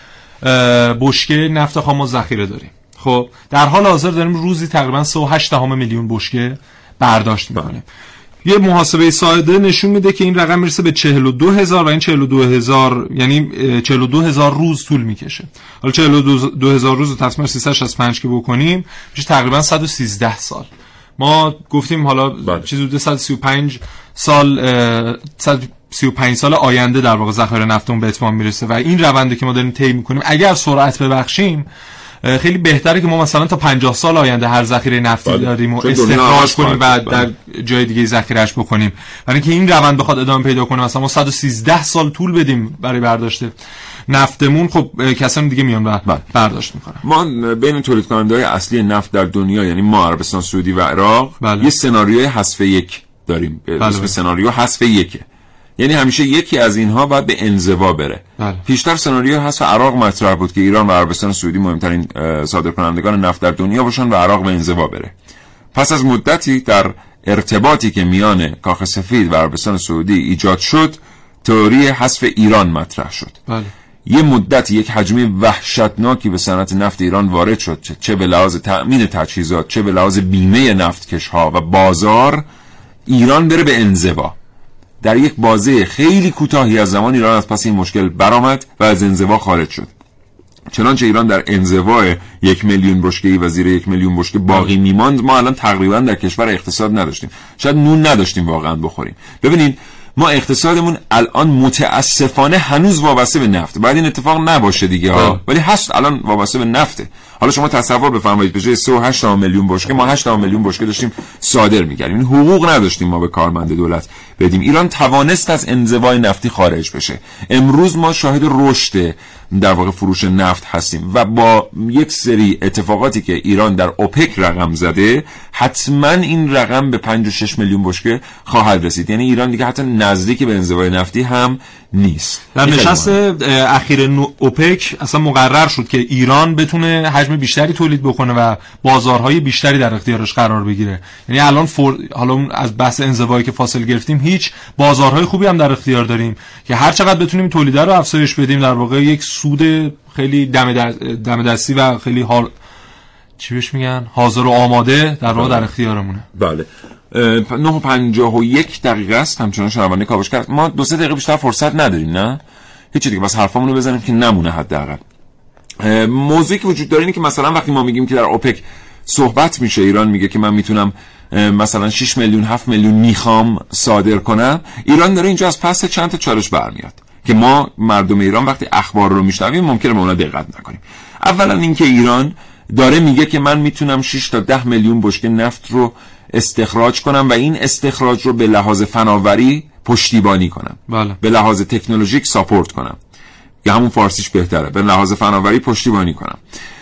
بشکه نفت خام ذخیره داریم. خب در حال حاضر داریم روزی تقریبا سه و هشت دهم میلیون بشکه برداشت میکنیم. یه محاسبه ساده نشون میده که این رقم میرسه به چهل و دو هزار و این چهل و دو هزار یعنی چهل و دو هزار روز طول میکشه. حالا چهل و دو هزار روز رو تقسیم بر سیصد و شصت و پنج که بکنیم میشه تقریبا صد و سیزده سال. ما گفتیم حالا چیزی حدود صد و سی و پنج سال صد و سی و پنج سال آینده در واقع ذخایر نفتمون به اتمام میرسه و این رونده که ما داریم طی میکنیم اگر سرعت ببخشیم خیلی بهتره که ما مثلا تا پنجاه سال آینده هر ذخیره نفتی باید داریم و استخراج کنیم و در جای دیگه ذخیره‌اش بکنیم. برای اینکه این روند بخواد ادامه پیدا کنه مثلا ما صد و سیزده سال طول بدیم برای برداشت نفتمون، خب کسان دیگه میان و برداشت میکنن. ما بین تولید کننده‌های اصلی نفت در دنیا یعنی ما، عربستان سعودی و عراق بله. یه سناریوی حذف یک داریم. بله اسم بله. سناریو حذف یکه، یعنی همیشه یکی از اینها باید به انزوا بره. بله. پیشتر سناریو حذف عراق مطرح بود که ایران و عربستان سعودی مهمترین صادرکنندگان نفت در دنیا باشن و عراق به انزوا بره. پس از مدتی در ارتباطی که میان کاخ سفید و عربستان سعودی ایجاد شد، تئوری حذف ایران مطرح شد. بله. یه مدت یک حجم وحشتناکی به صنعت نفت ایران وارد شد، چه به لحاظ تأمین تجهیزات، چه به لحاظ بیمه نفتکش‌ها و بازار. ایران بره به انزوا. در یک بازه خیلی کوتاهی از زمان ایران از پس این مشکل برآمد و از انزوا خارج شد. چنانچه ایران در انزوای یک میلیون بشکه‌ای و زیر یک میلیون بشکه باقی میماند. ما الان تقریبا در کشور اقتصاد نداشتیم، شاید نون نداشتیم واقعا بخوریم. ببینید ما اقتصادمون الان متاسفانه هنوز وابسته به نفت. باید این اتفاق نباشه دیگه ها، ولی هست الان وابسته به نفته. حالا شما تصور بفرمایید به جای سه و هشت میلیون بشکه ما هشت میلیون بشکه داشتیم صادر می‌کردیم. این حقوق نداشتیم ما به کارمند دولت بدیم. ایران توانست از انزوای نفتی خارج بشه. امروز ما شاهد رشد در واقع فروش نفت هستیم و با یک سری اتفاقاتی که ایران در اوپک رقم زده حتما این رقم به پنج و شش میلیون بشکه خواهد رسید. یعنی ایران دیگه حتی نزدیک به انزوای نفتی هم نیست. در نشست اخیر اوپک اصلا مقرر شد که ایران بتونه حجم بیشتری تولید بکنه و بازارهای بیشتری در اختیارش قرار بگیره. یعنی الان فور... حالا از بحث انزوایی که فاصله گرفتیم هیچ بازارهای خوبی هم در اختیار داریم که هر چقدر بتونیم تولید رو افزایش بدیم در واقع یک سود خیلی دم دم دستی و خیلی حال چی بهش میگن حاضر و آماده در واقع در اختیارمونه. بله. نه و پنجاه و یک دقیقه است همچنان شنونده کاوش کرد. ما دو سه دقیقه بیشتر فرصت نداریم نه؟ هیچ دیگه بس حرفامونو بزنیم که نمونه حداقل. موضوعی که وجود داره اینه که مثلا وقتی ما میگیم که در اوپک صحبت میشه، ایران میگه که من میتونم مثلا شش میلیون هفت میلیون میخوام صادر کنم، ایران داره اینجا از پس چند تا چالش برمیاد که ما مردم ایران وقتی اخبار رو میشنویم ممکنه به اونها دقت نکنیم. اولا اینکه ایران داره میگه که من میتونم شش تا ده میلیون بشکه نفت رو استخراج کنم و این استخراج رو به لحاظ فناوری پشتیبانی کنم، بله. به لحاظ تکنولوژیک ساپورت کنم، یا همون فارسیش بهتره، به لحاظ فناوری پشتیبانی کنم.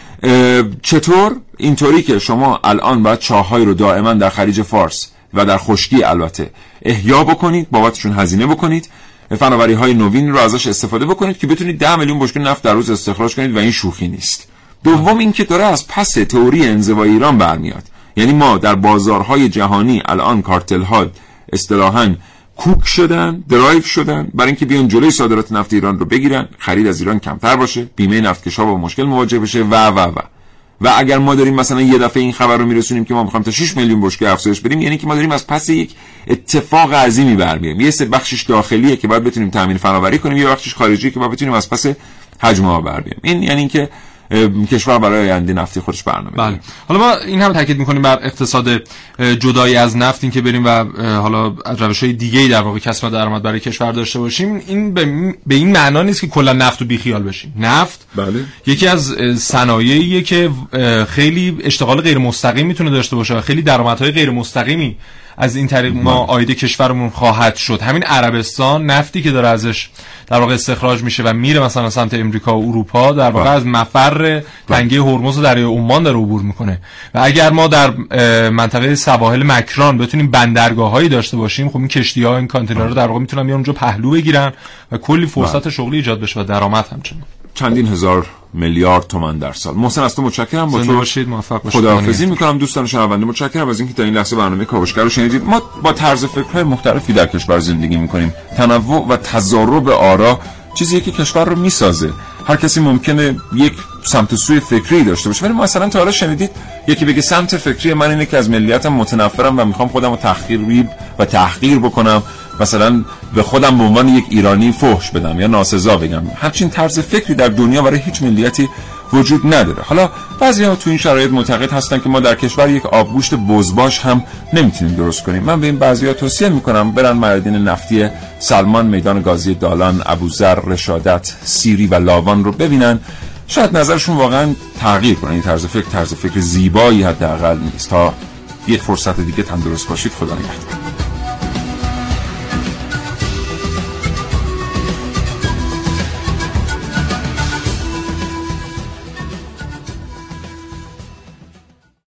چطور؟ اینطوری که شما الان باید چاه‌های رو دائما در خلیج فارس و در خشکی البته احیا بکنید، بابتشون هزینه بکنید، فناوری‌های نوین رو ازش استفاده بکنید که بتونید ده میلیون بشکه نفت در روز استخراج کنید و این شوخی نیست. دوم این که داره از پس تئوری انزوای ایران برمیاد، یعنی ما در بازارهای جهانی الان کارتل‌ها اصطلاحاً کوک شدن، درایو شدن برای اینکه بیان جلوی صادرات نفت ایران رو بگیرن، خرید از ایران کمتر باشه، بیمه نفتکش‌ها با مشکل مواجه بشه و و و و اگر ما داریم مثلا یه دفعه این خبر رو میرسونیم که ما می‌خوایم تا شش میلیون بشکه افزایش بدیم، یعنی که ما داریم از پس یک اتفاق عظیمی برمیایم. یه سه بخشش داخلیه که باید بتونیم تامین فناوری کنیم، یه بخشش خارجی که باید بتونیم از پس حجم‌ها بر بیایم. این یعنی اینکه کشور برای آینده نفتی خودش برنامه بله. داره. حالا ما این هم تاکید می‌کنیم بر اقتصاد جدایی از نفت، این که بریم و حالا روش‌های دیگه‌ای در واقع کسب درآمد برای کشور داشته باشیم. این به این معنا نیست که کلا نفت رو بیخیال بشیم. نفت بله. یکی از صنایعیه که خیلی اشتغال غیر مستقیم میتونه داشته باشه و خیلی درآمدهای غیر مستقیمی از این طریق ما عاید کشورمون خواهد شد. همین عربستان نفتی که داره ازش در واقع استخراج میشه و میره مثلا سمت امریکا و اروپا، در واقع از مفر تنگه هرمز و دریای عمان داره عبور میکنه و اگر ما در منطقه سواحل مکران بتونیم بندرگاه‌هایی داشته باشیم، خب این کشتی‌ها این کانتینرها در واقع میتونن بیان اونجا پهلو بگیرن و کلی فرصت شغلی ایجاد بشه و درآمد همچنین. چندین هزار میلیارد تومان در سال. محسن از تو متشکرم، با تو باشید، موفق باشید. خداحافظی میکنم. دوستان شنونده متشکرم از اینکه تا این لحظه برنامه کاوشگر رو شنیدید. ما با طرز فکرهای مختلفی در کشور زندگی میکنیم. تنوع و تضارب آرا چیزیه که کشور رو میسازه. هر کسی ممکنه یک سمت و سوی فکری داشته باشه، ولی مثلا تا حالا شنیدید یکی بگه سمت فکری من اینه که از ملیتم متنفرم و میخوام خودم رو تحقیر و تحقیر بکنم، مثلا به خودم به عنوان یک ایرانی فحش بدم یا ناسزا بگم؟ همچین طرز فکری در دنیا برای هیچ ملیتی وجود نداره. حالا بعضی‌ها تو این شرایط معتقد هستن که ما در کشور یک آبگوشت بزباش هم نمیتونیم درست کنیم. من به این بعضی‌ها توصیه میکنم برن معادن نفتی سلمان، میدان گازی دالان، ابوذر، رشادت، سیری و لاوان رو ببینن. شاید نظرشون واقعا تغییر کنه. این طرز فکر طرز فکر زیبایی حداقل نیست. تا یک فرصت دیگه تندرست باشید. خدا نگهدار.